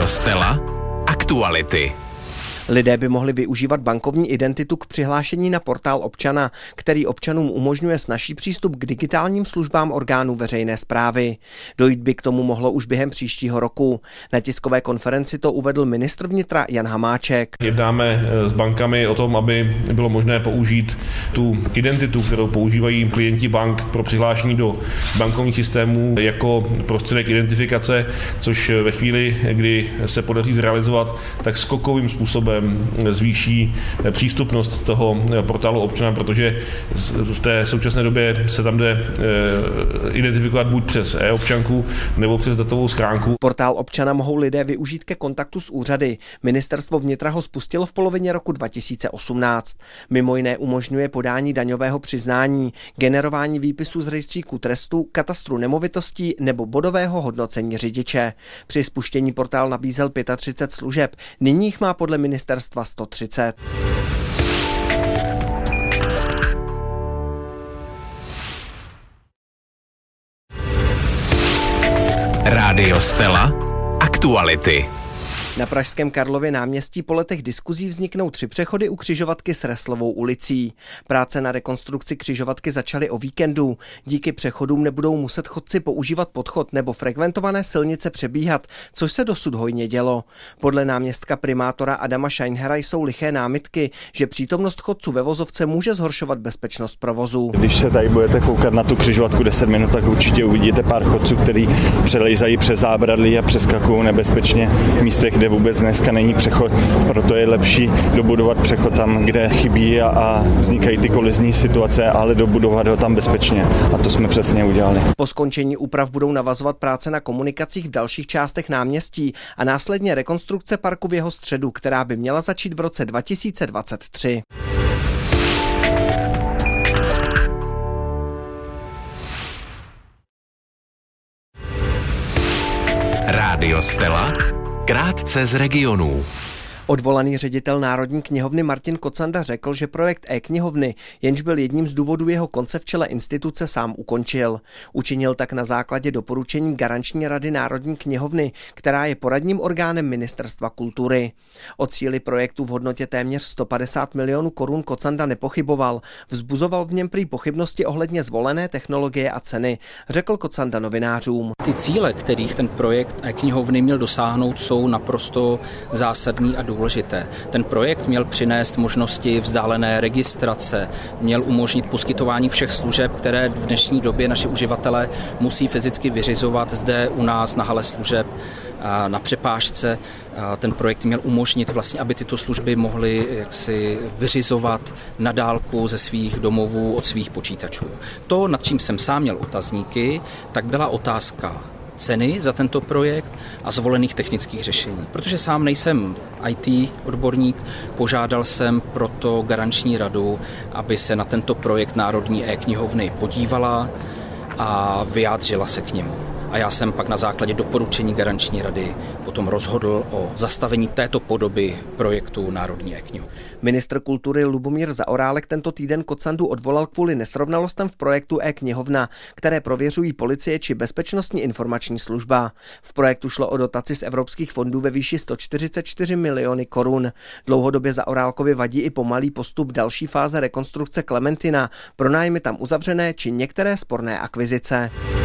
Rádio Stella. Aktuality. Lidé by mohli využívat bankovní identitu k přihlášení na portál občana, který občanům umožňuje snazší přístup k digitálním službám orgánů veřejné správy. Dojít by k tomu mohlo už během příštího roku. Na tiskové konferenci to uvedl ministr vnitra Jan Hamáček. Jednáme s bankami o tom, aby bylo možné použít tu identitu, kterou používají klienti bank pro přihlášení do bankovních systémů jako prostředek identifikace, což ve chvíli, kdy se podaří zrealizovat, tak skokovým způsobem zvýší přístupnost toho portálu občana, protože v té současné době se tam jde identifikovat buď přes e-občanku nebo přes datovou schránku. Portál občana mohou lidé využít ke kontaktu s úřady. Ministerstvo vnitra ho spustilo v polovině roku 2018. Mimo jiné umožňuje podání daňového přiznání, generování výpisů z rejstříku trestů, katastru nemovitostí nebo bodového hodnocení řidiče. Při spuštění portál nabízel 35 služeb, nyní jich má podle ministerstva 130. Rádio Stella. Aktuality. Na pražském Karlově náměstí po letech diskuzí vzniknou 3 přechody u křižovatky s Resslovou ulicí. Práce na rekonstrukci křižovatky začaly o víkendu. Díky přechodům nebudou muset chodci používat podchod nebo frekventované silnice přebíhat, což se dosud hojně dělo. Podle náměstka primátora Adama Scheinhera jsou liché námitky, že přítomnost chodců ve vozovce může zhoršovat bezpečnost provozu. Když se tady budete koukat na tu křižovatku 10 minut, tak určitě uvidíte pár chodců, kteří přelejzají přes zábradlí a přeskakují nebezpečně v místech, kde vůbec dneska není přechod, proto je lepší dobudovat přechod tam, kde chybí a vznikají ty kolizní situace, ale dobudovat ho tam bezpečně. A to jsme přesně udělali. Po skončení úprav budou navazovat práce na komunikacích v dalších částech náměstí a následně rekonstrukce parku v jeho středu, která by měla začít v roce 2023. Rádio Stella. Krátce z regionů. Odvolaný ředitel Národní knihovny Martin Kocanda řekl, že projekt e-knihovny, jenž byl jedním z důvodů jeho konce v čele instituce, sám ukončil. Učinil tak na základě doporučení Garanční rady Národní knihovny, která je poradním orgánem Ministerstva kultury. O cíli projektu v hodnotě téměř 150 milionů korun Kocanda nepochyboval. Vzbuzoval v něm prý pochybnosti ohledně zvolené technologie a ceny, řekl Kocanda novinářům. Ty cíle, kterých ten projekt e-knihovny měl dosáhnout, jsou naprosto zásadní a důležité. Ten projekt měl přinést možnosti vzdálené registrace, měl umožnit poskytování všech služeb, které v dnešní době naši uživatelé musí fyzicky vyřizovat zde u nás na hale služeb na přepážce. Ten projekt měl umožnit vlastně, aby tyto služby mohly jaksi vyřizovat na dálku ze svých domovů od svých počítačů. To, nad čím jsem sám měl otazníky, tak byla otázka ceny za tento projekt a zvolených technických řešení. Protože sám nejsem IT odborník, požádal jsem proto Garanční radu, aby se na tento projekt Národní e-knihovny podívala a vyjádřila se k němu. A já jsem pak na základě doporučení Garanční rady potom rozhodl o zastavení této podoby projektu Národní e-knihovny. Ministr kultury Lubomír Zaorálek tento týden Kocandu odvolal kvůli nesrovnalostem v projektu e-knihovna, které prověřují policie či Bezpečnostní informační služba. V projektu šlo o dotaci z evropských fondů ve výši 144 miliony korun. Dlouhodobě Zaorálkovi vadí i pomalý postup další fáze rekonstrukce Klementina, pronájmy tam uzavřené či některé sporné akvizice.